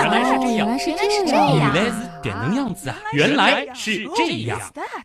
原来是这样， 原来是这样， 原来是这能样子啊，原来是这样。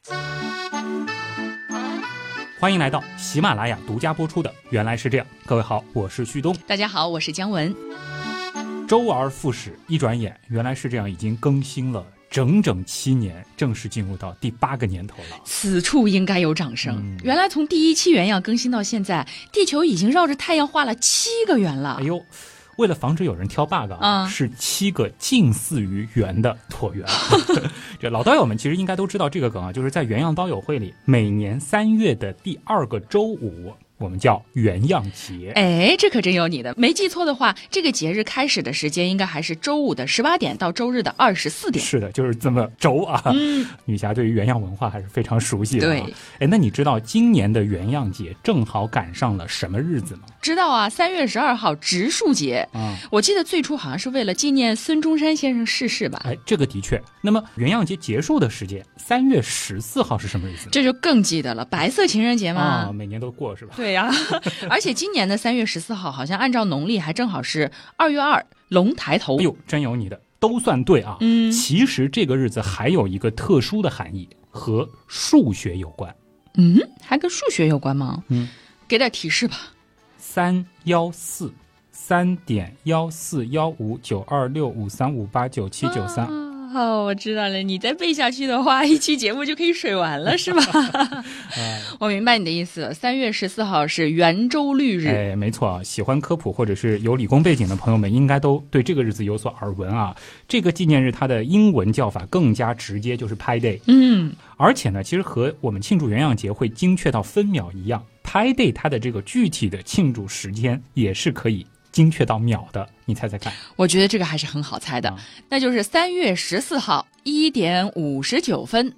欢迎来到喜马拉雅独家播出的《原来是这样》。各位好，我是旭东。 大家好，我是姜文。 周而复始，一转眼，原来是这样已经更新了整整7年，正式进入到第8个年头了。 此处应该有掌声。原来从第1期原样更新到现在，地球已经绕着太阳画了7个圆了。 哎呦，为了防止有人挑 bug 是7个近似于圆的椭圆。这老刀友们其实应该都知道这个梗啊，就是在原样刀友会里，每年3月的第2个周五，我们叫原样节。 哎，这可真有你的。没记错的话，这个节日开始的时间应该还是周五的18点到周日的24点。 是的，就是这么轴啊。女侠对于原样文化还是非常熟悉的。 对， 哎，那你知道今年的原样节正好赶上了什么日子吗？ 知道啊，3月12号植树节。我记得最初好像是为了纪念孙中山先生逝世吧。 哎，这个的确。那么原样节结束的时间3月14号是什么日子？ 这就更记得了，白色情人节嘛。 每年都过是吧？ 对呀，而且今年的3月14号好像按照农历还正好是2月2，龙抬头。 哎呦，真有你的，都算对啊。其实这个日子还有一个特殊的含义，和数学有关。 还跟数学有关吗？给点提示吧。 314141592653589793993。 我知道了，你再背下去的话，一期节目就可以水完了，是吧？我明白你的意思。3月14号是圆周率日。 哎，没错啊，喜欢科普或者是有理工背景的朋友们，应该都对这个日子有所耳闻啊。这个纪念日它的英文叫法更加直接，就是 Pi Day。而且呢，其实和我们庆祝原样节会精确到分秒一样， Pi Day 它的这个具体的庆祝时间也是可以精确到秒的。你猜猜看？ 我觉得这个还是很好猜的，那就是3月14号1点59分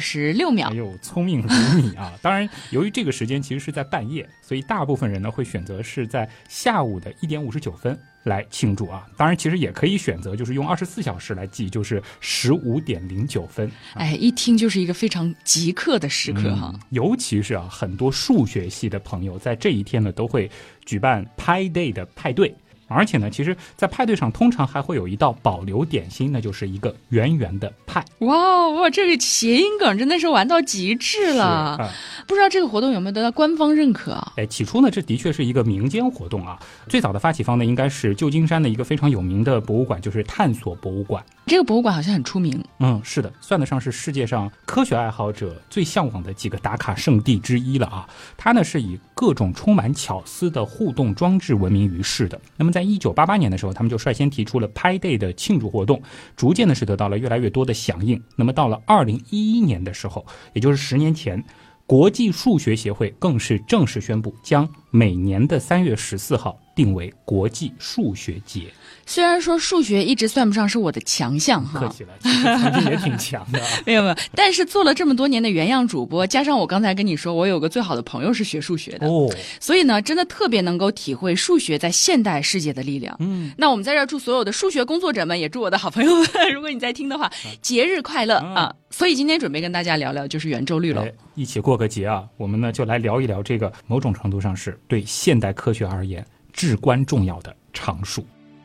26秒。 哎呦，聪明如你啊！当然，由于这个时间其实是在半夜，所以大部分人呢会选择是在下午的1点59分来庆祝啊。当然，其实也可以选择就是用24小时来记，就是15点09分。 哎，一听就是一个非常极刻的时刻哈。 尤其是很多数学系的朋友在这一天呢都会举办 Pi Day 的派对。而且呢，其实在派对上通常还会有一道保留点心，那就是一个圆圆的派。 哇，这个谐音梗真的是玩到极致了。不知道这个活动有没有得到官方认可啊？ 哎，起初呢，这的确是一个民间活动啊。最早的发起方呢，应该是旧金山的一个非常有名的博物馆，就是探索博物馆。 这个博物馆好像很出名。 是的，算得上是世界上科学爱好者最向往的几个打卡圣地之一了啊。它呢是以各种充满巧思的互动装置闻名于世的。那么在1988年的时候，他们就率先提出了 Pi Day 的庆祝活动，逐渐的是得到了越来越多的响应。那么到了2011年的时候，也就是10年前，国际数学协会更是正式宣布将每年的3月14号定为国际数学节。 虽然说数学一直算不上是我的强项哈， 客气了，其实曾经也挺强的。 没有，但是做了这么多年的原样主播，加上我刚才跟你说我有个最好的朋友是学数学的所以呢真的特别能够体会数学在现代世界的力量。那我们在这儿祝所有的数学工作者们，也祝我的好朋友们，如果你在听的话，节日快乐啊！所以今天准备跟大家聊聊就是圆周率了。 一起过个节啊！我们呢就来聊一聊这个某种程度上是对现代科学而言至关重要的常数。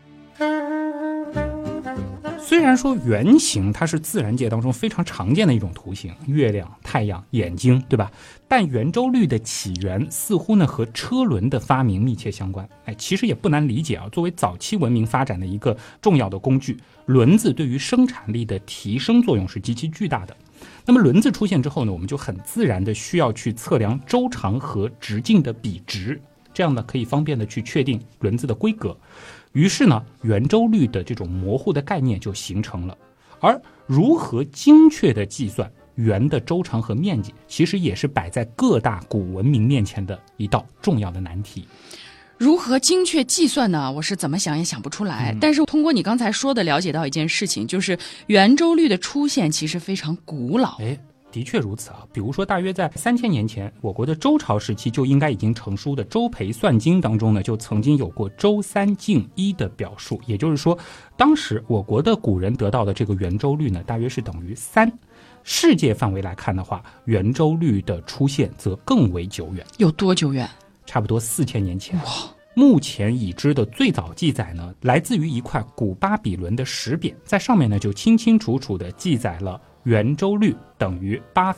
虽然说圆形它是自然界当中非常常见的一种图形，月亮、太阳、眼睛，对吧？但圆周率的起源似乎呢和车轮的发明密切相关。其实也不难理解啊，作为早期文明发展的一个重要的工具，轮子对于生产力的提升作用是极其巨大的。那么轮子出现之后呢，我们就很自然的需要去测量周长和直径的比值，这样呢可以方便的去确定轮子的规格。于是呢，圆周率的这种模糊的概念就形成了。而如何精确的计算圆的周长和面积，其实也是摆在各大古文明面前的一道重要的难题。 如何精确计算呢？我是怎么想也想不出来。但是通过你刚才说的了解到一件事情，就是圆周率的出现其实非常古老。 的确如此啊，比如说大约在3000年前，我国的周朝时期就应该已经成书的《周培算经》当中呢，就曾经有过周3进1的表述。也就是说，当时我国的古人得到的这个圆周率呢，大约是等于3。世界范围来看的话，圆周率的出现则更为久远。 有多久远？ 差不多4000年前。 目前已知的最早记载呢，来自于一块古巴比伦的石匾，在上面呢就清清楚楚地记载了圆周率等于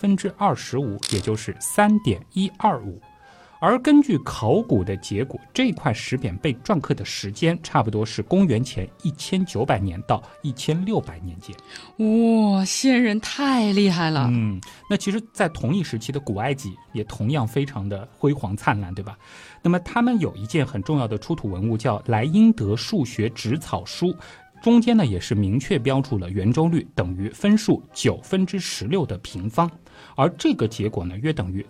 25%，也就是3.125。而根据考古的结果，这块石匾被篆刻的时间差不多是公元前1900年到1600年间。 哇，先人太厉害了。 那其实在同一时期的古埃及也同样非常的辉煌灿烂，对吧？那么他们有一件很重要的出土文物叫莱茵德数学纸草书，中间呢也是明确标注了圆周率等于分数9/16的平方，而这个结果呢约等于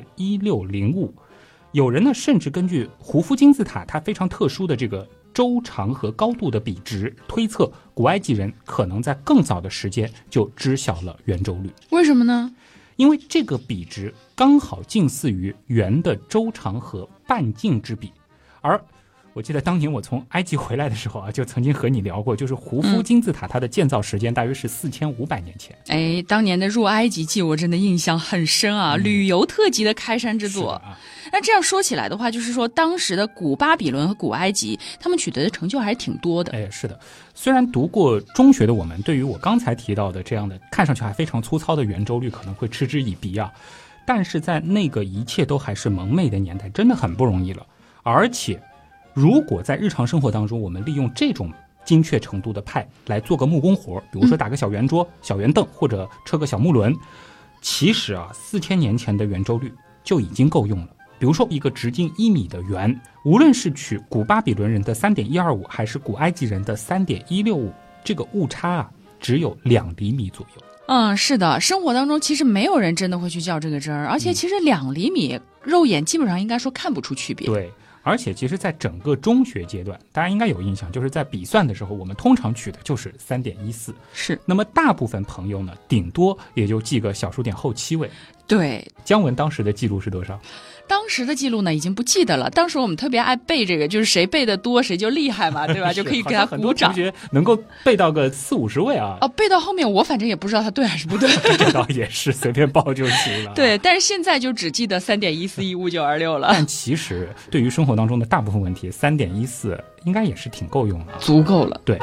3.1605。有人呢甚至根据胡夫金字塔它非常特殊的这个周长和高度的比值，推测古埃及人可能在更早的时间就知晓了圆周率。 为什么呢？ 因为这个比值刚好近似于圆的周长和半径之比。而我记得当年我从埃及回来的时候啊，就曾经和你聊过，就是胡夫金字塔它的建造时间大约是4500年前。 当年的入埃及记我真的印象很深啊，旅游特辑的开山之作。那这样说起来的话，就是说当时的古巴比伦和古埃及他们取得的成就还是挺多的。 是的，虽然读过中学的我们对于我刚才提到的这样的看上去还非常粗糙的圆周率可能会嗤之以鼻啊，但是在那个一切都还是蒙昧的年代，真的很不容易了。而且如果在日常生活当中我们利用这种精确程度的派来做个木工活，比如说打个小圆桌、小圆凳或者车个小木轮，其实4000年前的圆周率就已经够用了。比如说一个直径1米的圆，无论是取古巴比伦人的3.125还是古埃及人的3.165，这个误差只有2厘米左右。 是的，生活当中其实没有人真的会去较这个真儿，而且其实2厘米肉眼基本上应该说看不出区别。 对，而且其实在整个中学阶段，大家应该有印象，就是在笔算的时候我们通常取的就是3.14。 是， 那么大部分朋友呢顶多也就记个小数点后7位。 对， 姜文当时的记录是多少？ 当时的记录呢已经不记得了，当时我们特别爱背这个，就是谁背的多谁就厉害嘛，对吧？就可以给他鼓掌。 很多同学能够背到个40-50位啊。 背到后面我反正也不知道他对还是不对。 这倒也是随便报就行了。 对，但是现在就只记得3.141596了。 但其实对于生活当中的大部分问题，3.14应该也是挺够用的， 足够了。 对。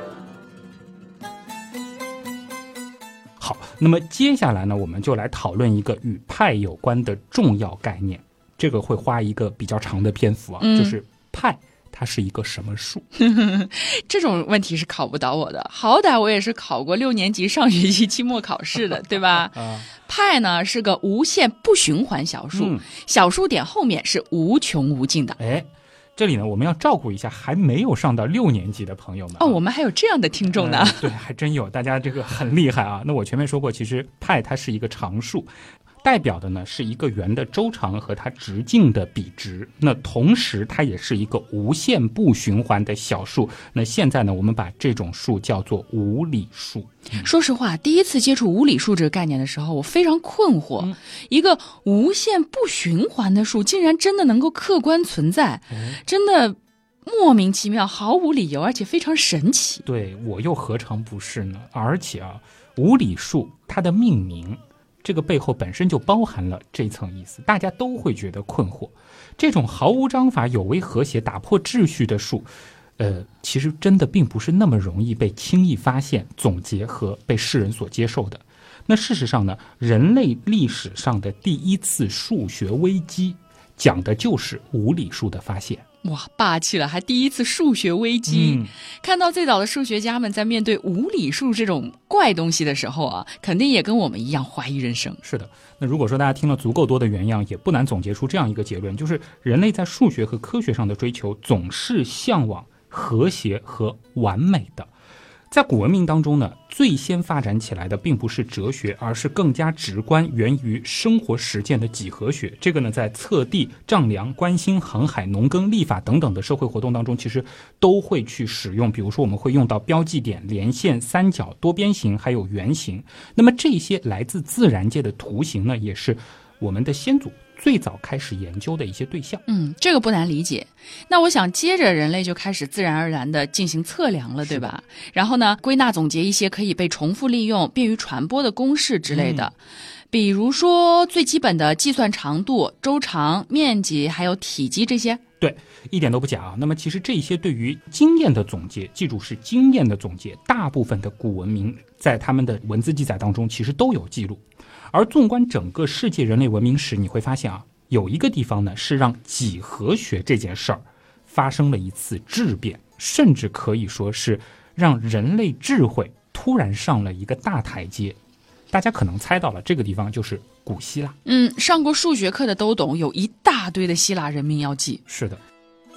好，那么接下来呢，我们就来讨论一个与派有关的重要概念，这个会花一个比较长的篇幅就是派它是一个什么数？ 这种问题是考不倒我的，好歹我也是考过6年级上学期期末考试的，对吧？派呢是个无限不循环小数，小数点后面是无穷无尽的。 这里呢，我们要照顾一下还没有上到6年级的朋友们。 我们还有这样的听众呢。 对，还真有，大家这个很厉害啊。那我前面说过，其实派它是一个常数，代表的呢是一个圆的周长和它直径的比值。那同时它也是一个无限不循环的小数。那现在呢，我们把这种数叫做无理数。 说实话，第一次接触无理数这个概念的时候，我非常困惑，一个无限不循环的数竟然真的能够客观存在，真的莫名其妙，毫无理由，而且非常神奇。 对，我又何尝不是呢？而且无理数它的命名，这个背后本身就包含了这层意思，大家都会觉得困惑。这种毫无章法、有违和谐、打破秩序的数，其实真的并不是那么容易被轻易发现、总结和被世人所接受的。那事实上呢，人类历史上的第一次数学危机，讲的就是无理数的发现。 哇，霸气了，还第一次数学危机。看到最早的数学家们在面对无理数这种怪东西的时候肯定也跟我们一样怀疑人生。 是的，那如果说大家听了足够多的原样，也不难总结出这样一个结论，就是人类在数学和科学上的追求总是向往和谐和完美的。在古文明当中呢，最先发展起来的并不是哲学，而是更加直观源于生活实践的几何学。这个呢，在测地、丈量、观星、航海、农耕、历法等等的社会活动当中，其实都会去使用。比如说我们会用到标记点、连线、三角、多边形还有圆形。那么这些来自自然界的图形呢，也是我们的先祖最早开始研究的一些对象。这个不难理解。那我想接着人类就开始自然而然的进行测量了，对吧？然后呢，归纳总结一些可以被重复利用、便于传播的公式之类的。 比如说最基本的计算长度、周长、面积还有体积这些。 对，一点都不假啊。那么其实这些对于经验的总结，记住是经验的总结，大部分的古文明在他们的文字记载当中其实都有记录。而纵观整个世界人类文明史，你会发现啊，有一个地方呢是让几何学这件事儿发生了一次质变，甚至可以说是让人类智慧突然上了一个大台阶。大家可能猜到了，这个地方就是古希腊。 上过数学课的都懂，有一大堆的希腊人名要记。 是的。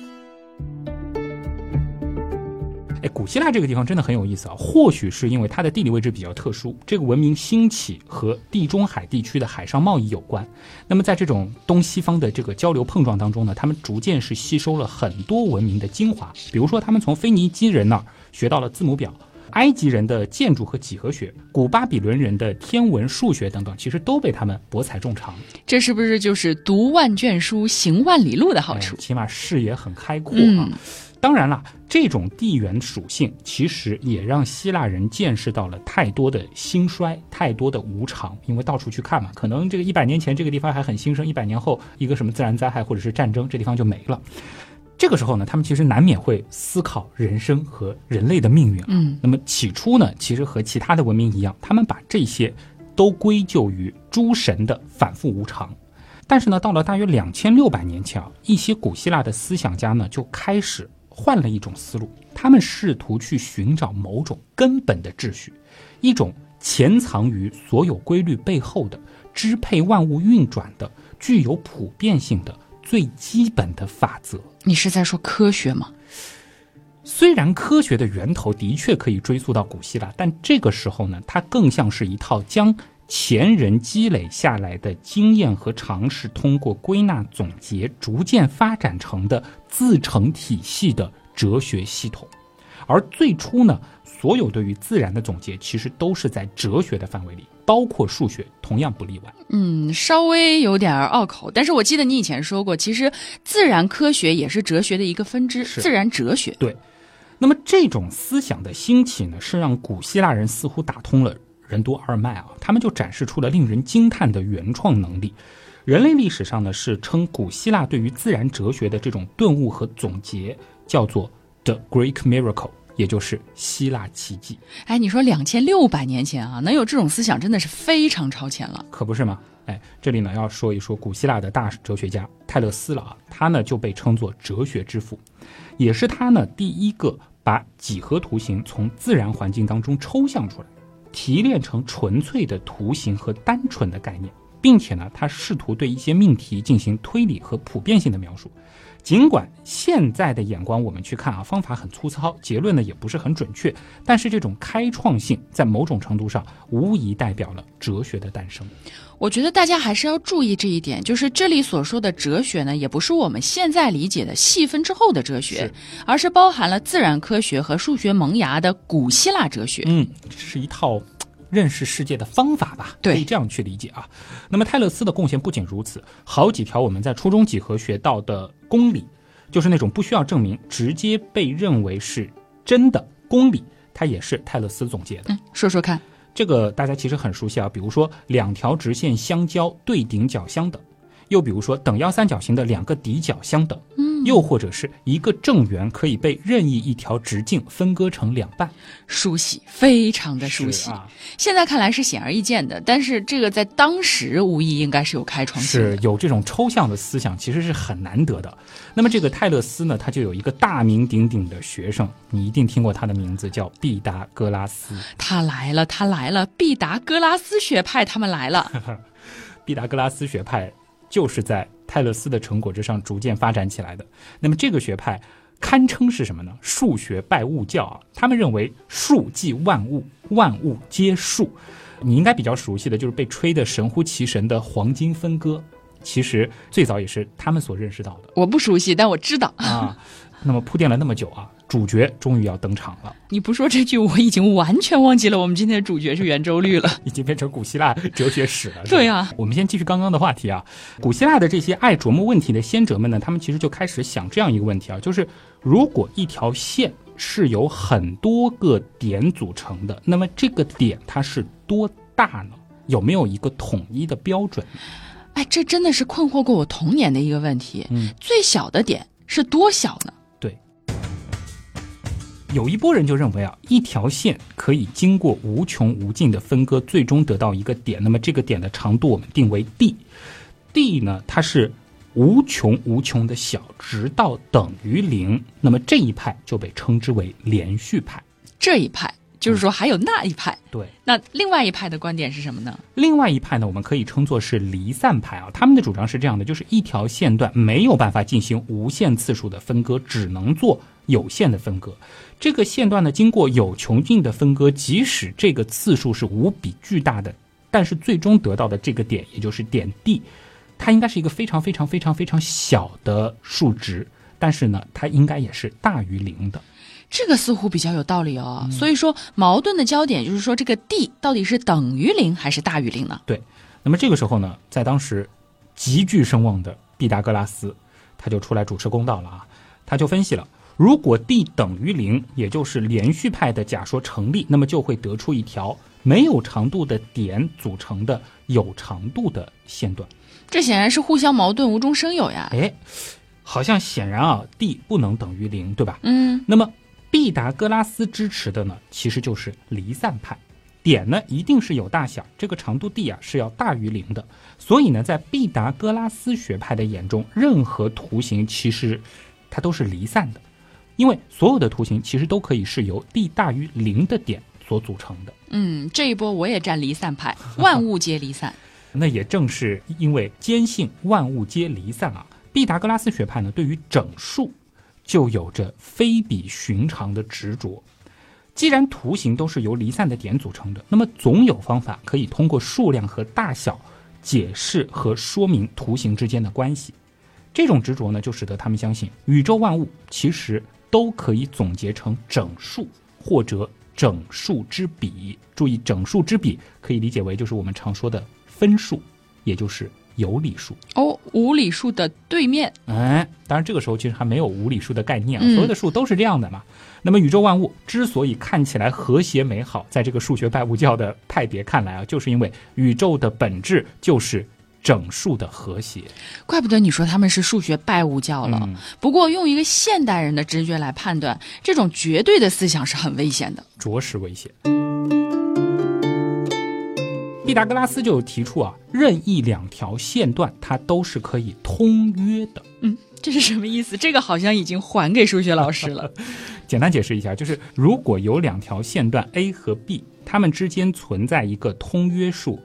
古希腊这个地方真的很有意思啊，或许是因为它的地理位置比较特殊，这个文明兴起和地中海地区的海上贸易有关。那么在这种东西方的这个交流碰撞当中呢，他们逐渐是吸收了很多文明的精华。比如说他们从腓尼基人那儿学到了字母表，埃及人的建筑和几何学，古巴比伦人的天文数学等等，其实都被他们博采众长。这是不是就是读万卷书行万里路的好处？ 起码视野很开阔啊。当然了，这种地缘属性其实也让希腊人见识到了太多的兴衰，太多的无常。因为到处去看嘛，可能这个100年前这个地方还很兴盛，100年后一个什么自然灾害或者是战争，这地方就没了。这个时候呢，他们其实难免会思考人生和人类的命运。那么起初呢，其实和其他的文明一样，他们把这些都归咎于诸神的反复无常。但是呢，到了大约2600年前啊，一些古希腊的思想家呢就开始换了一种思路，他们试图去寻找某种根本的秩序，一种潜藏于所有规律背后的支配万物运转的具有普遍性的最基本的法则。 你是在说科学吗？ 虽然科学的源头的确可以追溯到古希腊，但这个时候呢，它更像是一套将前人积累下来的经验和常识通过归纳总结逐渐发展成的自成体系的哲学系统。而最初呢，所有对于自然的总结其实都是在哲学的范围里，包括数学同样不例外。 稍微有点拗口，但是我记得你以前说过，其实自然科学也是哲学的一个分支，自然哲学。 对，那么这种思想的兴起呢，是让古希腊人似乎打通了任督二脉啊，他们就展示出了令人惊叹的原创能力。人类历史上呢，是称古希腊对于自然哲学的这种顿悟和总结叫做 The Greek Miracle， 也就是希腊奇迹。 你说2600年前啊，能有这种思想真的是非常超前了。 可不是吗？这里呢要说一说古希腊的大哲学家泰勒斯了啊，他呢就被称作哲学之父，也是他呢第一个把几何图形从自然环境当中抽象出来，提炼成纯粹的图形和单纯的概念，并且呢，他试图对一些命题进行推理和普遍性的描述。尽管现在的眼光我们去看啊，方法很粗糙，结论呢也不是很准确，但是这种开创性在某种程度上无疑代表了哲学的诞生。 我觉得大家还是要注意这一点，就是这里所说的哲学呢，也不是我们现在理解的细分之后的哲学，而是包含了自然科学和数学萌芽的古希腊哲学。 是一套认识世界的方法吧，可以这样去理解啊。那么泰勒斯的贡献不仅如此，好几条我们在初中几何学到的公理，就是那种不需要证明直接被认为是真的公理，它也是泰勒斯总结的。 说说看。 这个大家其实很熟悉啊，比如说两条直线相交，对顶角相等，又比如说等腰三角形的两个底角相等，又或者是一个正圆可以被任意一条直径分割成两半。 熟悉，非常的熟悉。现在看来是显而易见的，但是这个在当时无疑应该是有开创性的， 是有这种抽象的思想，其实是很难得的。那么这个泰勒斯呢，他就有一个大名鼎鼎的学生，你一定听过他的名字，叫毕达哥拉斯。 他来了，毕达哥拉斯学派他们来了。 毕达哥拉斯学派就是在泰勒斯的成果之上逐渐发展起来的。那么这个学派堪称是什么呢？数学拜物教啊！他们认为数即万物，万物皆数。你应该比较熟悉的就是被吹得神乎其神的黄金分割，其实最早也是他们所认识到的。 我不熟悉，但我知道啊。那么铺垫了那么久啊，主角终于要登场了。 你不说这句，我已经完全忘记了我们今天的主角是圆周率了， 已经变成古希腊哲学史了。 对啊， 我们先继续刚刚的话题啊。古希腊的这些爱琢磨问题的先哲们呢，他们其实就开始想这样一个问题啊，就是如果一条线是由很多个点组成的，那么这个点它是多大呢？ 有没有一个统一的标准？ 哎，这真的是困惑过我童年的一个问题。最小的点是多小呢？ 对，有一波人就认为啊，一条线可以经过无穷无尽的分割，最终得到一个点。那么这个点的长度我们定为 d 呢，它是无穷无穷的小，直到等于0。那么这一派就被称之为连续派。 这一派就是说还有那一派。 对， 那另外一派的观点是什么呢？ 另外一派呢，我们可以称作是离散派啊。他们的主张是这样的，就是一条线段没有办法进行无限次数的分割，只能做有限的分割。这个线段呢，经过有穷尽的分割，即使这个次数是无比巨大的，但是最终得到的这个点，也就是点 D， 它应该是一个非常非常非常非常小的数值，但是呢，它应该也是大于0的。 这个似乎比较有道理哦。所以说矛盾的焦点就是说，这个 d 到底是等于0还是大于0呢？ 对，那么这个时候呢，在当时极具声望的毕达哥拉斯他就出来主持公道了啊。他就分析了，如果 d 等于0，也就是连续派的假说成立，那么就会得出一条没有长度的点组成的有长度的线段。 这显然是互相矛盾，无中生有呀。 好像显然啊 d 不能等于0，对吧？那么毕达哥拉斯支持的呢，其实就是离散派。点呢一定是有大小，这个长度 d 啊是要大于0的。所以呢，在毕达哥拉斯学派的眼中，任何图形其实它都是离散的，因为所有的图形其实都可以是由 d 大于0的点所组成的。 这一波我也站离散派，万物皆离散。 那也正是因为坚信万物皆离散啊，毕达哥拉斯学派呢对于整数就有着非比寻常的执着。既然图形都是由离散的点组成的，那么总有方法可以通过数量和大小解释和说明图形之间的关系。这种执着呢，就使得他们相信宇宙万物其实都可以总结成整数或者整数之比。注意，整数之比可以理解为就是我们常说的分数，也就是有理数。 无理数的对面。 当然这个时候其实还没有无理数的概念啊，所有的数都是这样的嘛。那么宇宙万物之所以看起来和谐美好，在这个数学拜物教的派别看来啊，就是因为宇宙的本质就是整数的和谐。 怪不得你说他们是数学拜物教了。不过用一个现代人的直觉来判断，这种绝对的思想是很危险的， 着实危险。毕达哥拉斯就提出啊，任意2条线段它都是可以通约的。 这是什么意思？这个好像已经还给数学老师了。 简单解释一下，就是如果有2条线段 A 和 B， 它们之间存在一个通约数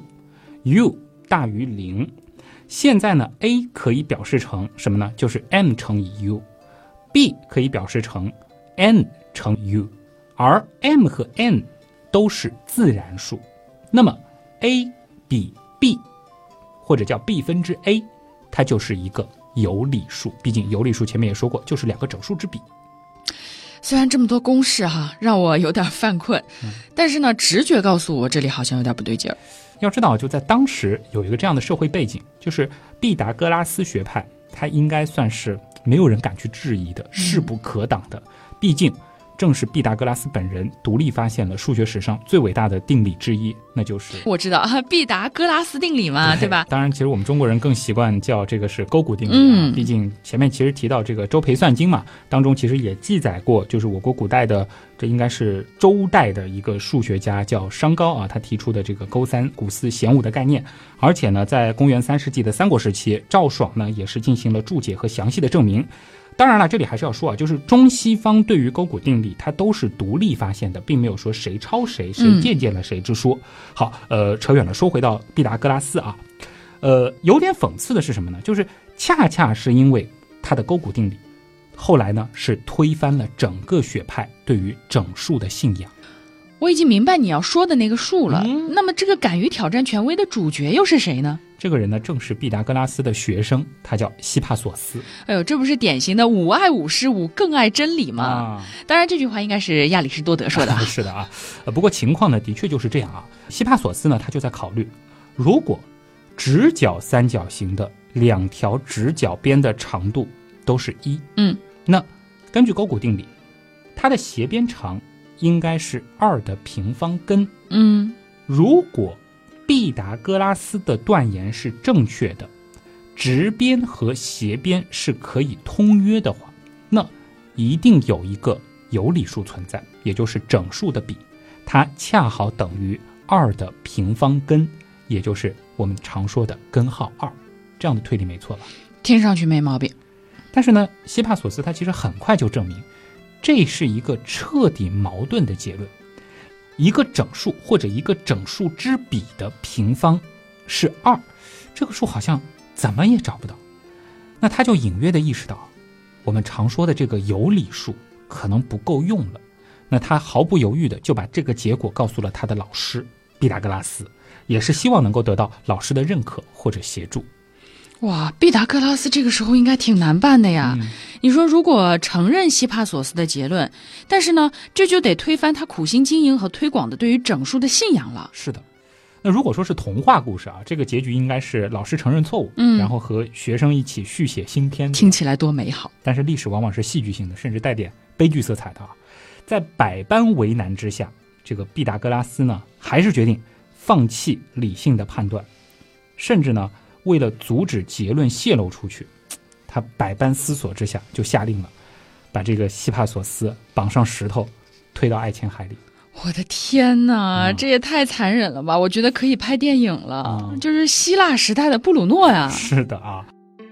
u 大于0，现在呢 A 可以表示成什么呢？就是 m 乘以 u，B 可以表示成 n 乘 u， 而 m 和 n 都是自然数。那么 a 比 b 或者叫 b 分之 a， 它就是一个有理数。毕竟有理数前面也说过，就是2个整数之比。 虽然这么多公式让我有点犯困，但是呢，直觉告诉我这里好像有点不对劲儿。 要知道，就在当时有一个这样的社会背景，就是毕达哥拉斯学派，它应该算是没有人敢去质疑的，势不可挡的。毕竟正是毕达哥拉斯本人独立发现了数学史上最伟大的定理之一，那就是我知道毕达哥拉斯定理嘛，对吧？ 当然其实我们中国人更习惯叫这个是勾股定理毕竟前面其实提到这个周培算经嘛，当中其实也记载过，就是我国古代的这应该是周代的一个数学家叫商高啊，他提出的这个勾三股四弦五的概念。而且呢，在公元3世纪的三国时期，赵爽呢也是进行了注解和详细的证明。当然了，这里还是要说啊，就是中西方对于勾股定理它都是独立发现的，并没有说谁抄谁，谁借鉴了谁之说。好，扯远了，说回到毕达哥拉斯啊，有点讽刺的是什么呢？就是恰恰是因为他的勾股定理，后来呢是推翻了整个学派对于整数的信仰。 我已经明白你要说的那个数了，那么这个敢于挑战权威的主角又是谁呢？ 这个人呢，正是毕达哥拉斯的学生，他叫希帕索斯。 哎呦，这不是典型的吾爱吾师，吾更爱真理吗？当然，这句话应该是亚里士多德说的。 是的啊，不过情况呢，的确就是这样啊。希帕索斯呢，他就在考虑，如果直角三角形的2条直角边的长度都是1，那根据勾股定理，它的斜边长应该是2的平方根。如果毕达哥拉斯的断言是正确的，直边和斜边是可以通约的话，那一定有一个有理数存在，也就是整数的比，它恰好等于2的平方根，也就是我们常说的根号2。这样的推理没错吧？ 听上去没毛病。 但是呢，希帕索斯他其实很快就证明，这是一个彻底矛盾的结论。一个整数或者一个整数之比的平方是2，这个数好像怎么也找不到。那他就隐约地意识到，我们常说的这个有理数可能不够用了。那他毫不犹豫地就把这个结果告诉了他的老师毕达哥拉斯，也是希望能够得到老师的认可或者协助。 哇，毕达哥拉斯这个时候应该挺难办的呀。你说如果承认希帕索斯的结论，但是呢，这就得推翻他苦心经营和推广的对于整数的信仰了。 是的。那如果说是童话故事啊，这个结局应该是老师承认错误，然后和学生一起续写新篇。 听起来多美好。 但是历史往往是戏剧性的，甚至带点悲剧色彩的啊。在百般为难之下，这个毕达哥拉斯呢，还是决定放弃理性的判断，甚至呢，为了阻止结论泄露出去，他百般思索之下就下令了，把这个希帕索斯绑上石头，推到爱琴海里。 我的天哪，这也太残忍了吧！我觉得可以拍电影了，就是希腊时代的布鲁诺呀。 是的啊。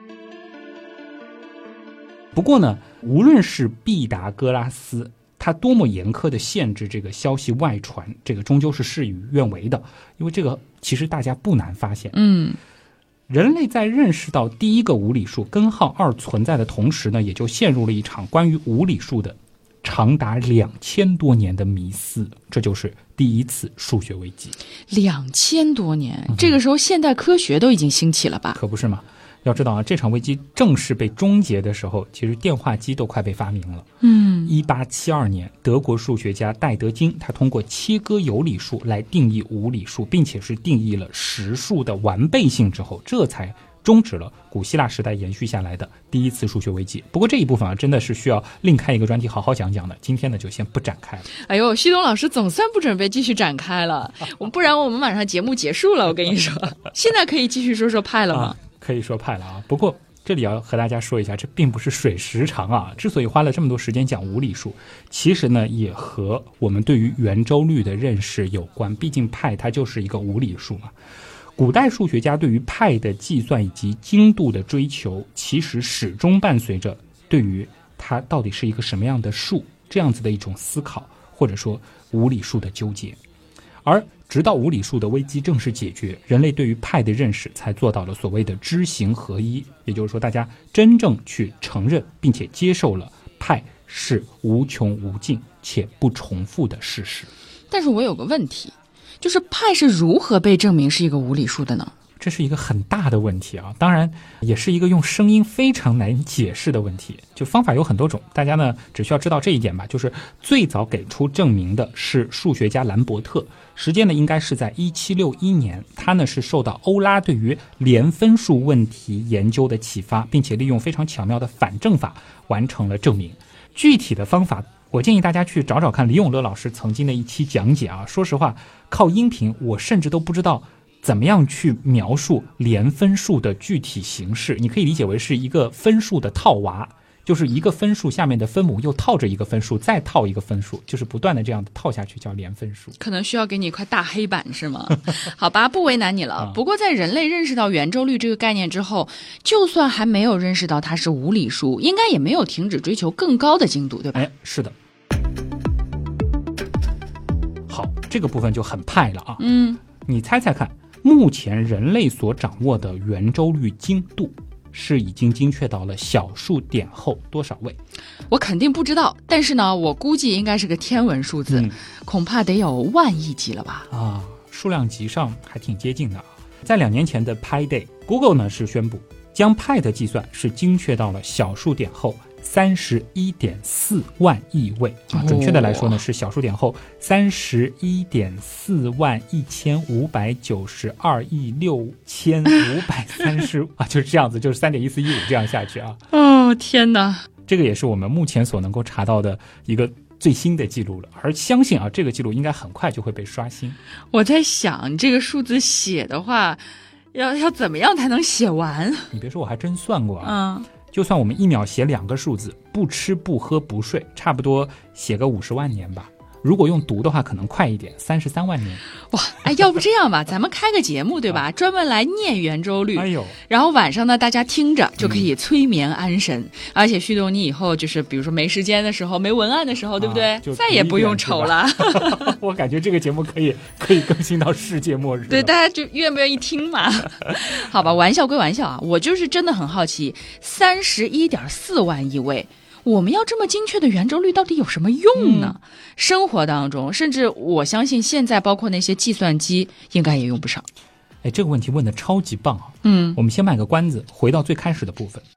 不过呢，无论是毕达哥拉斯他多么严苛的限制这个消息外传，这个终究是事与愿违的，因为这个其实大家不难发现，人类在认识到第一个无理数根号2存在的同时呢，也就陷入了一场关于无理数的长达2000多年的迷思，这就是第一次数学危机。 2000多年，这个时候现代科学都已经兴起了吧？ 可不是嘛。要知道啊，这场危机正式被终结的时候，其实电话机都快被发明了。1872年，德国数学家戴德金他通过切割有理数来定义无理数，并且是定义了实数的完备性之后，这才终止了古希腊时代延续下来的第一次数学危机。不过这一部分啊，真的是需要另开一个专题好好讲讲的，今天呢就先不展开了。 哎呦，旭东老师总算不准备继续展开了，不然我们马上节目结束了。我跟你说，现在可以继续说说派了吗？ 可以说派了啊。不过这里要和大家说一下，这并不是水时长啊。之所以花了这么多时间讲无理数，其实呢也和我们对于圆周率的认识有关，毕竟派它就是一个无理数嘛。古代数学家对于派的计算以及精度的追求，其实始终伴随着对于它到底是一个什么样的数这样子的一种思考，或者说无理数的纠结。而直到无理数的危机正式解决，人类对于派的认识才做到了所谓的知行合一，也就是说大家真正去承认并且接受了派是无穷无尽且不重复的事实。 但是我有个问题，就是派是如何被证明是一个无理数的呢？ 这是一个很大的问题啊，当然也是一个用声音非常难解释的问题。就方法有很多种，大家呢只需要知道这一点吧，就是最早给出证明的是数学家兰伯特，时间呢应该是在1761年，他呢是受到欧拉对于连分数问题研究的启发，并且利用非常巧妙的反证法完成了证明。具体的方法我建议大家去找找看李永乐老师曾经的一期讲解啊，说实话靠音频我甚至都不知道怎么样去描述连分数的具体形式。你可以理解为是一个分数的套娃，就是一个分数下面的分母又套着一个分数再套一个分数，就是不断的这样的套下去，叫连分数。 可能需要给你一块大黑板是吗？好吧，不为难你了。不过在人类认识到圆周率这个概念之后，就算还没有认识到它是无理数，应该也没有停止追求更高的精度，对吧？ 是的。好，这个部分就很派了啊。你猜猜看，目前人类所掌握的圆周率精度是已经精确到了小数点后多少位？ 我肯定不知道，但是呢，我估计应该是个天文数字，恐怕得有万亿级了吧？ 数量级上还挺接近的啊。在2年前的 Pi Day， Google 呢是宣布将派的计算是精确到了小数点后31.4万亿位准确的来说呢是小数点后31.4万1592亿6530就是这样子，就是3.1415这样下去啊。 天哪！ 这个也是我们目前所能够查到的一个最新的记录了，而相信这个记录应该很快就会被刷新。 我在想，这个数字写的话，要怎么样才能写完？ 你别说，我还真算过就算我们1秒写2个数字，不吃不喝不睡，差不多写个50万年吧。如果用读的话可能快一点，33万年。 哇，要不这样吧，咱们开个节目对吧，专门来念圆周率。然后晚上呢大家听着就可以催眠安神，而且旭东你以后就是比如说没时间的时候，没文案的时候，对不对？再也不用愁了。 我感觉这个节目可以更新到世界末日。 对，大家就愿不愿意听嘛？好吧，玩笑归玩笑我就是真的很好奇，31.4万亿位。我们要这么精确的圆周率到底有什么用呢？生活当中，甚至我相信现在包括那些计算机应该也用不上。 这个问题问得超级棒我们先卖个关子，回到最开始的部分。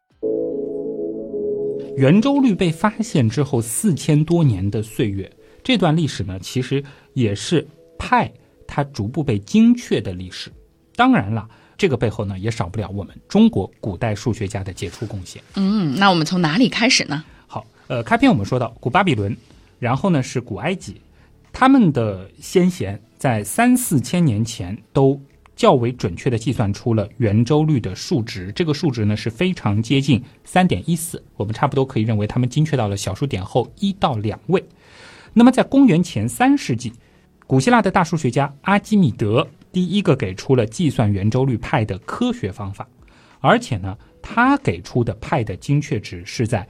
圆周率被发现之后4000多年的岁月，这段历史呢，其实也是派它逐步被精确的历史。当然了，这个背后呢，也少不了我们中国古代数学家的杰出贡献。 那我们从哪里开始呢？ 好，开篇我们说到古巴比伦，然后呢是古埃及，他们的先贤在3-4千年前都较为准确地计算出了圆周率的数值，这个数值呢是非常接近 3.14， 我们差不多可以认为他们精确到了小数点后1到2位。那么在公元前3世纪，古希腊的大数学家阿基米德第一个给出了计算圆周率派的科学方法，而且呢他给出的派的精确值是在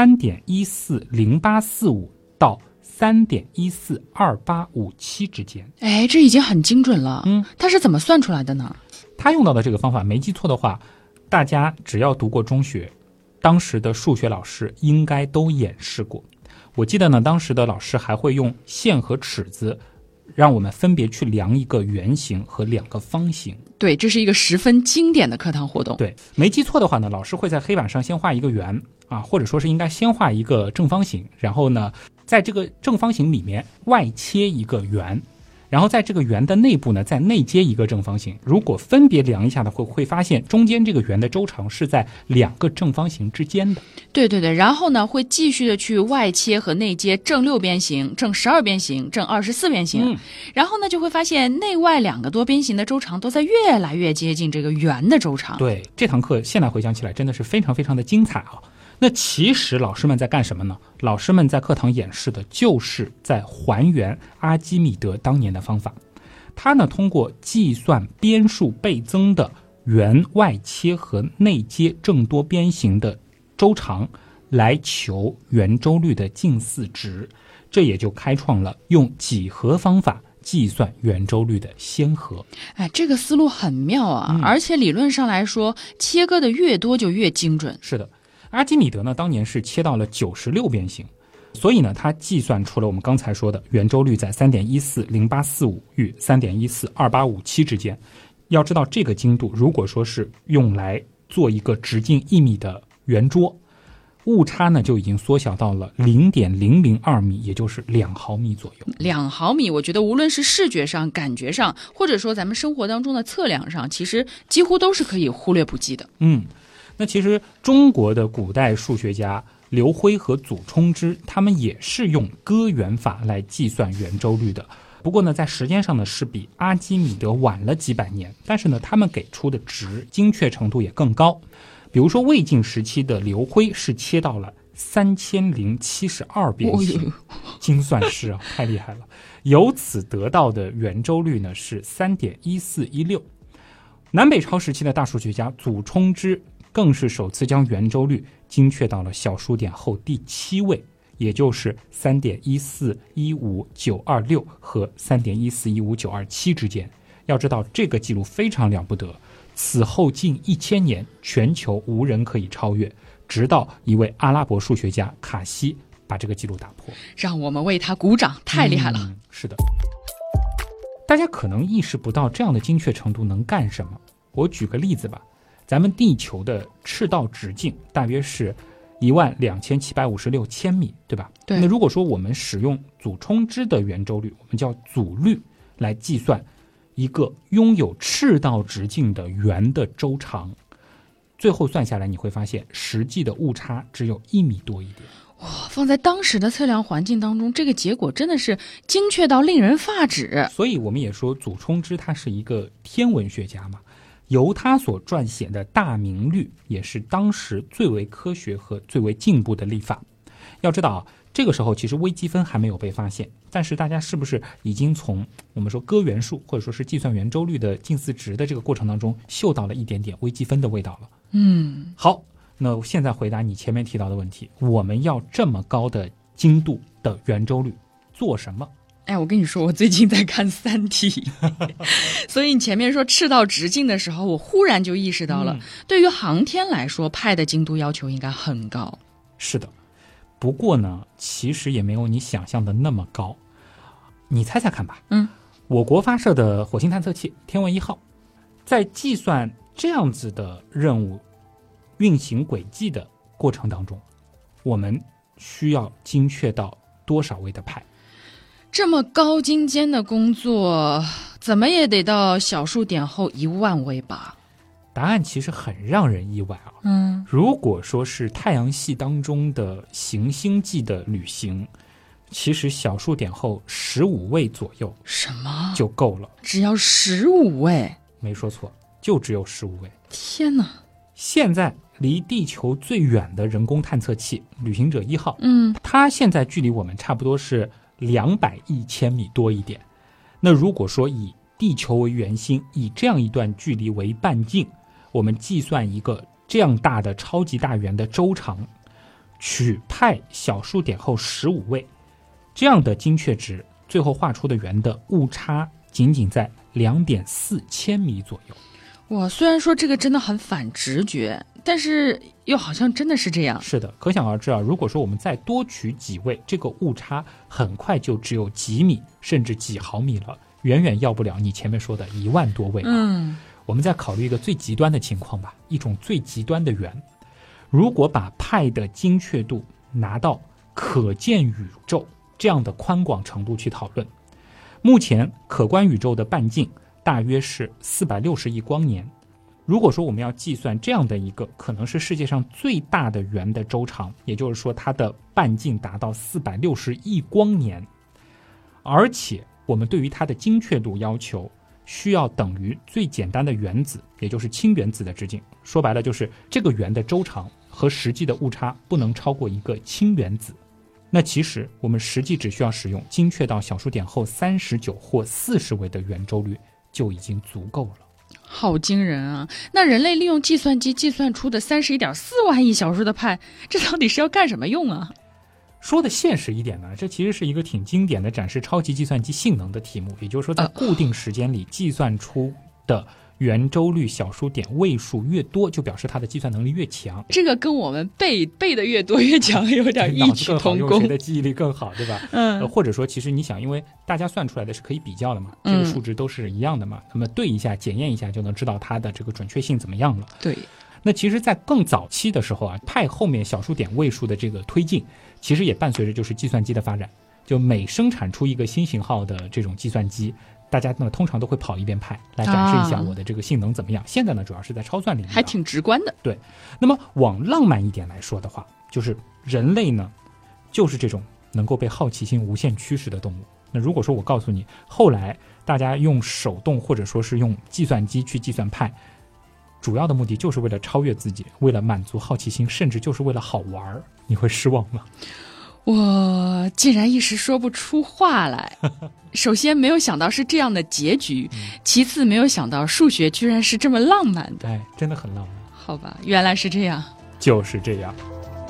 3.140845 到 3.142857 之间。 这已经很精准了。他是怎么算出来的呢？ 他用到的这个方法，没记错的话，大家只要读过中学，当时的数学老师应该都演示过。我记得呢，当时的老师还会用线和尺子让我们分别去量一个圆形和2个方形。 对，这是一个十分经典的课堂活动。 对，没记错的话呢，老师会在黑板上先画一个圆或者说是应该先画一个正方形，然后呢在这个正方形里面外切一个圆，然后在这个圆的内部呢再内接一个正方形。如果分别量一下的会发现中间这个圆的周长是在2个正方形之间的。 对对对，然后呢会继续的去外切和内接正6边形、正12边形、正24边形，然后呢就会发现内外2个多边形的周长都在越来越接近这个圆的周长。 对，这堂课现在回想起来真的是非常非常的精彩那其实老师们在干什么呢？老师们在课堂演示的就是在还原阿基米德当年的方法。他呢通过计算边数倍增的圆外切和内接正多边形的周长来求圆周率的近似值，这也就开创了用几何方法计算圆周率的先河。 这个思路很妙而且理论上来说，切割的越多就越精准。 是的，阿基米德呢当年是切到了96边形，所以呢他计算出了我们刚才说的圆周率在 3.140845 与 3.142857 之间。要知道这个精度如果说是用来做一个直径1米的圆桌，误差呢就已经缩小到了 0.002 米，也就是2毫米左右。 2毫米我觉得无论是视觉上、感觉上，或者说咱们生活当中的测量上，其实几乎都是可以忽略不计的。 那其实中国的古代数学家刘辉和祖冲之，他们也是用割圆法来计算圆周率的。不过呢，在时间上呢是比阿基米德晚了几百年，但是呢，他们给出的值精确程度也更高。比如说魏晋时期的刘辉是切到了3072边形，精算师太厉害了。由此得到的圆周率呢是 3.1416。南北朝时期的大数学家祖冲之更是首次将圆周率精确到了小数点后第7位，也就是 3.1415926 和 3.1415927 之间。要知道这个记录非常了不得，此后近1000年全球无人可以超越，直到一位阿拉伯数学家卡西把这个记录打破。 让我们为他鼓掌，太厉害了。 是的，大家可能意识不到这样的精确程度能干什么。我举个例子吧，咱们地球的赤道直径大约是12756千米，对吧？ 对。 那如果说我们使用祖冲之的圆周率，我们叫祖率，来计算一个拥有赤道直径的圆的周长， 最后算下来你会发现实际的误差只有1米多一点。 哇，放在当时的测量环境当中，这个结果真的是精确到令人发指。 所以我们也说祖冲之他是一个天文学家嘛，由他所撰写的大明律也是当时最为科学和最为进步的历法。要知道这个时候其实微积分还没有被发现，但是大家是不是已经从我们说割圆数或者说是计算圆周率的近似值的这个过程当中嗅到了一点点微积分的味道了？好，那现在回答你前面提到的问题，我们要这么高的精度的圆周率做什么？ 我跟你说，我最近在看《三体》所以你前面说赤道直径的时候，我忽然就意识到了，对于航天来说，派的精度要求应该很高。 是的，不过呢，其实也没有你想象的那么高。你猜猜看吧。我国发射的火星探测器天问1号，在计算这样子的任务运行轨迹的过程当中，我们需要精确到多少位的派？ 这么高精尖的工作，怎么也得到小数点后1万位吧？ 答案其实很让人意外啊。如果说是太阳系当中的行星际的旅行，其实小数点后15位左右， 什么就够了？ 只要15位？ 没说错，就只有15位。 天哪！ 现在离地球最远的人工探测器旅行者1号，它现在距离我们差不多是200亿千米多一点。那如果说以地球为圆心，以这样一段距离为半径，我们计算一个这样大的超级大圆的周长，取派小数点后15位，这样的精确值，最后画出的圆的误差仅仅在2.4千米左右。 哇，虽然说这个真的很反直觉，但是又好像真的是这样。 是的，可想而知啊，如果说我们再多取几位，这个误差很快就只有几米甚至几毫米了，远远要不了你前面说的1万多位。我们再考虑一个最极端的情况吧，一种最极端的圆，如果把派的精确度拿到可见宇宙这样的宽广程度去讨论，目前可观宇宙的半径大约是460亿光年。如果说我们要计算这样的一个可能是世界上最大的圆的周长，也就是说它的半径达到460亿光年，而且我们对于它的精确度要求需要等于最简单的原子，也就是氢原子的直径。说白了就是这个圆的周长和实际的误差不能超过一个氢原子。那其实我们实际只需要使用精确到小数点后39或40位的圆周率就已经足够了。 好惊人啊！那人类利用计算机计算出的31.4万亿小数的派，这到底是要干什么用啊？ 说的现实一点呢，这其实是一个挺经典的展示超级计算机性能的题目，也就是说在固定时间里计算出的圆周率小数点位数越多，就表示它的计算能力越强。 这个跟我们背的越多越强有点异曲同工， 谁的记忆力更好，对吧？或者说其实你想，因为大家算出来的是可以比较的嘛，这个数值都是一样的嘛，那么对一下检验一下就能知道它的这个准确性怎么样了。 对。 那其实在更早期的时候啊，派后面小数点位数的这个推进，其实也伴随着就是计算机的发展，就每生产出一个新型号的这种计算机，大家呢通常都会跑一遍派来展示一下我的这个性能怎么样。现在呢主要是在超算领域， 还挺直观的。 对，那么往浪漫一点来说的话，就是人类呢就是这种能够被好奇心无限驱使的动物。那如果说我告诉你，后来大家用手动或者说是用计算机去计算派，主要的目的就是为了超越自己，为了满足好奇心，甚至就是为了好玩，你会失望吗？ 我竟然一时说不出话来。首先没有想到是这样的结局，其次没有想到数学居然是这么浪漫的。 真的很浪漫。 好吧，原来是这样。 就是这样。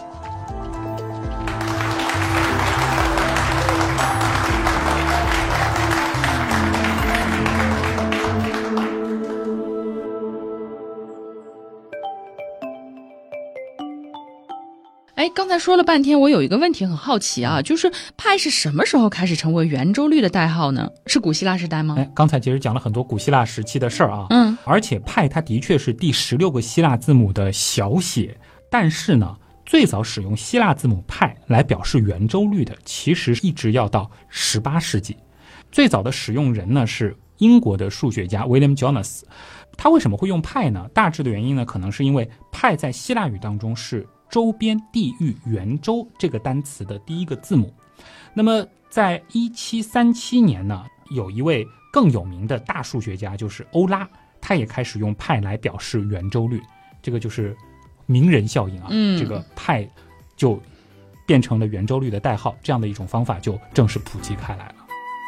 刚才说了半天，我有一个问题很好奇啊，就是派是什么时候开始成为圆周率的代号呢？是古希腊时代吗？ 刚才其实讲了很多古希腊时期的事儿啊，而且派它的确是第16个希腊字母的小写，但是呢，最早使用希腊字母派来表示圆周率的，其实一直要到18世纪。最早的使用人呢是英国的数学家 William Jonas。他为什么会用派呢？大致的原因呢，可能是因为派在希腊语当中是周边地域圆周这个单词的第一个字母。那么在1737年呢，有一位更有名的大数学家，就是欧拉，他也开始用派来表示圆周率，这个就是名人效应啊。这个派就变成了圆周率的代号，这样的一种方法就正式普及开来了。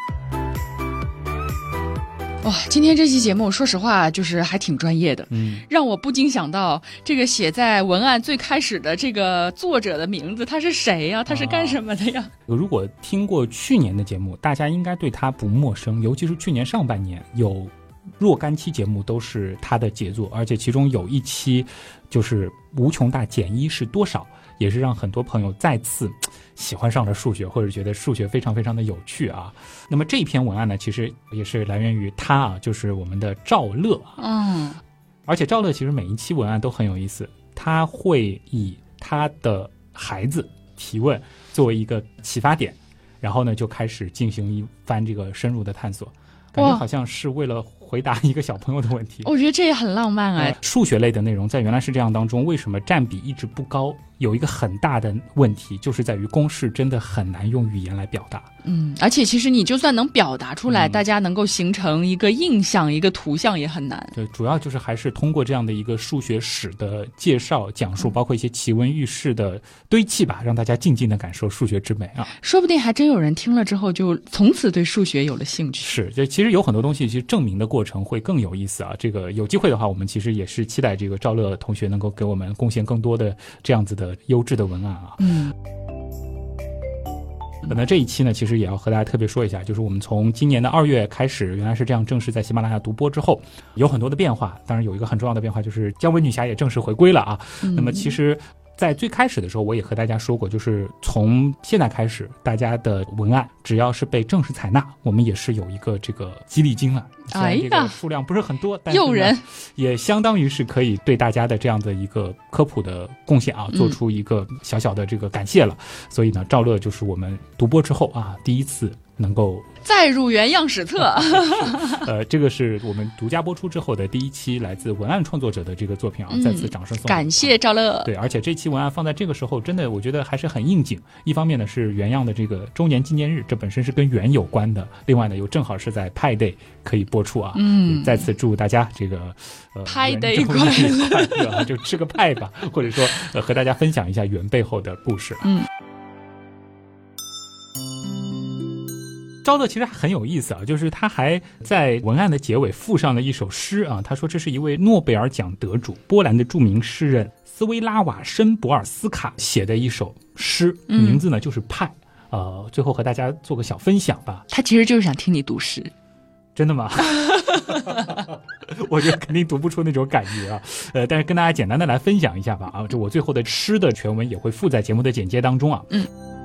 哇，今天这期节目说实话就是还挺专业的，让我不禁想到这个写在文案最开始的这个作者的名字，他是谁呀？他是干什么的呀？ 如果听过去年的节目，大家应该对他不陌生，尤其是去年上半年有若干期节目都是他的杰作，而且其中有一期就是无穷大减一是多少，也是让很多朋友再次喜欢上了数学，或者觉得数学非常非常的有趣啊。那么这篇文案呢，其实也是来源于他啊，就是我们的赵乐。而且赵乐其实每一期文案都很有意思，他会以他的孩子提问作为一个启发点，然后呢就开始进行一番这个深入的探索，感觉好像是为了回答一个小朋友的问题。 我觉得这也很浪漫哎。 数学类的内容在原来是这样当中，为什么占比一直不高？有一个很大的问题，就是在于公式真的很难用语言来表达。 而且其实你就算能表达出来，大家能够形成一个印象、一个图像也很难。 对，主要就是还是通过这样的一个数学史的介绍、讲述，包括一些奇闻异事的堆砌吧，让大家静静的感受数学之美啊。 说不定还真有人听了之后就从此对数学有了兴趣。 是，这其实有很多东西，其实证明的过程会更有意思啊。这个有机会的话，我们其实也是期待这个赵乐同学能够给我们贡献更多的这样子的优质的文案啊。那这一期呢，其实也要和大家特别说一下，就是我们从今年的2月开始，原来是这样正式在喜马拉雅独播之后，有很多的变化。当然有一个很重要的变化，就是姜文女侠也正式回归了啊。那么其实在最开始的时候，我也和大家说过，就是从现在开始，大家的文案只要是被正式采纳，我们也是有一个这个激励金了。虽然这个数量不是很多，但是诱人，也相当于是可以对大家的这样的一个科普的贡献啊，做出一个小小的这个感谢了。所以呢，赵乐就是我们独播之后啊，第一次能够再入原样史册。 这个是我们独家播出之后的第一期来自文案创作者的这个作品啊，再次掌声送感谢赵乐。 对，而且这期文案放在这个时候，真的我觉得还是很应景。一方面呢是原样的这个周年纪念日，这本身是跟圆有关的；另外呢又正好是在派 day 可以播出啊。再次祝大家这个派 day 快乐啊，就吃个派吧，或者说和大家分享一下圆背后的故事。赵乐其实很有意思啊，就是他还在文案的结尾附上了一首诗啊。他说这是一位诺贝尔奖得主、波兰的著名诗人斯维拉瓦申博尔斯卡写的一首诗，名字呢就是派。最后和大家做个小分享吧。 他其实就是想听你读诗。 真的吗？我觉得肯定读不出那种感觉啊。但是跟大家简单的来分享一下吧啊，这我最后的诗的全文也会附在节目的简介当中啊。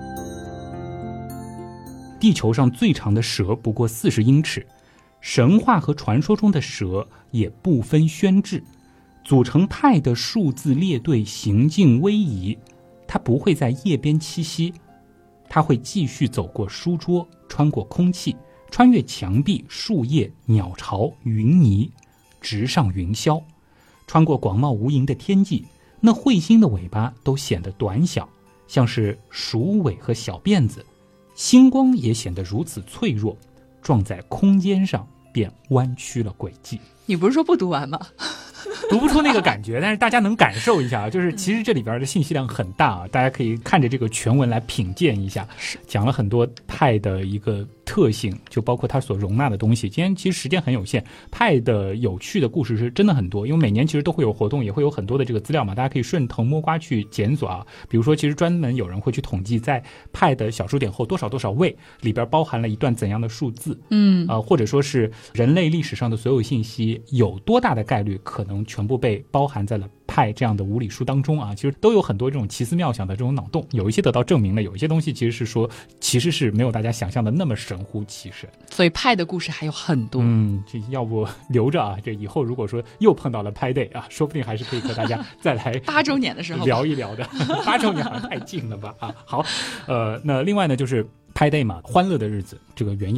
地球上最长的蛇不过40英尺，神话和传说中的蛇也不分轩轾，组成派的数字列队行径逶迤，它不会在夜边栖息，它会继续走过书桌，穿过空气，穿越墙壁、树叶、鸟巢、云泥，直上云霄，穿过广袤无垠的天际，那彗星的尾巴都显得短小，像是鼠尾和小辫子，星光也显得如此脆弱，撞在空间上便弯曲了轨迹。 你不是说不读完吗？ 读不出那个感觉，但是大家能感受一下，就是其实这里边的信息量很大啊，大家可以看着这个全文来品鉴一下，讲了很多派的一个特性，就包括它所容纳的东西。今天其实时间很有限，派的有趣的故事是真的很多，因为每年其实都会有活动，也会有很多的这个资料嘛，大家可以顺藤摸瓜去检索啊。比如说其实专门有人会去统计在派的小数点后多少多少位里边包含了一段怎样的数字，或者说是人类历史上的所有信息有多大的概率可能全部被包含在了派这样的无理数当中啊，其实都有很多这种奇思妙想的这种脑洞，有一些得到证明了，有一些东西其实是说其实是没有大家想象的那么神乎其神， 所以派的故事还有很多。 这要不留着啊，这以后如果说又碰到了派 day 啊，说不定还是可以和大家再来 8周年的时候聊一聊的。8周年好像太近了吧啊。好，那另外呢就是派 day 嘛，欢乐的日子，这个原样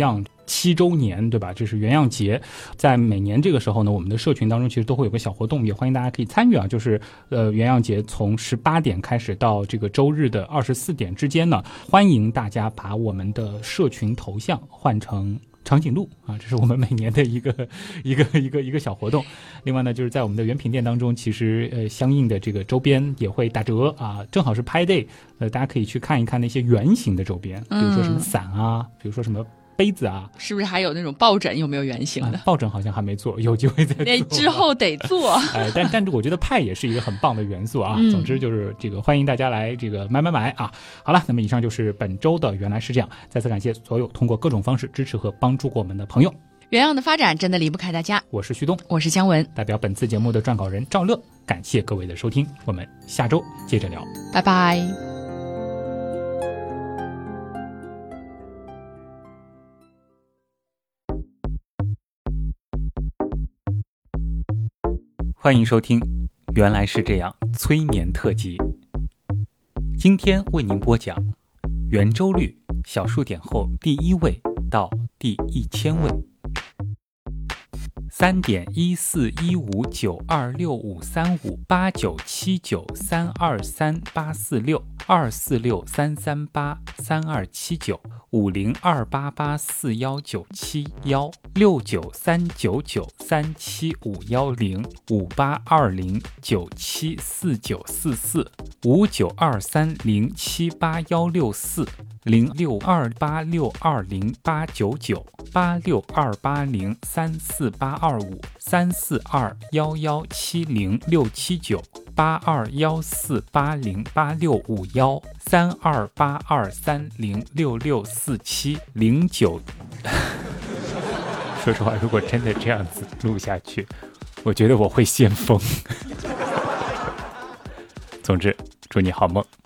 7周年，对吧？这是元阳节，在每年这个时候呢，我们的社群当中其实都会有个小活动，也欢迎大家可以参与啊。就是元阳节从18点开始到这个周日的24点之间呢，欢迎大家把我们的社群头像换成长颈鹿啊，这是我们每年的一个小活动。另外呢，就是在我们的原品店当中，其实相应的这个周边也会打折啊，正好是Pi Day，大家可以去看一看那些圆形的周边，比如说什么伞啊，比如说什么杯子啊， 是不是还有那种抱枕？有没有圆形的？ 抱枕好像还没做，有机会再做。 之后得做。 但是我觉得派也是一个很棒的元素啊。总之就是这个欢迎大家来这个买啊。好了，那么以上就是本周的原来是这样。再次感谢所有通过各种方式支持和帮助过我们的朋友。 原样的发展真的离不开大家。 我是旭东， 我是姜文， 代表本次节目的撰稿人赵乐，感谢各位的收听，我们下周接着聊， 拜拜。 欢迎收听原来是这样催眠特辑。今天为您播讲圆周率小数点后第1位到第1000位。328208964328220899821308220899821178164709。说实话，如果真的这样子录下去，我觉得我会先疯。总之，祝你好梦。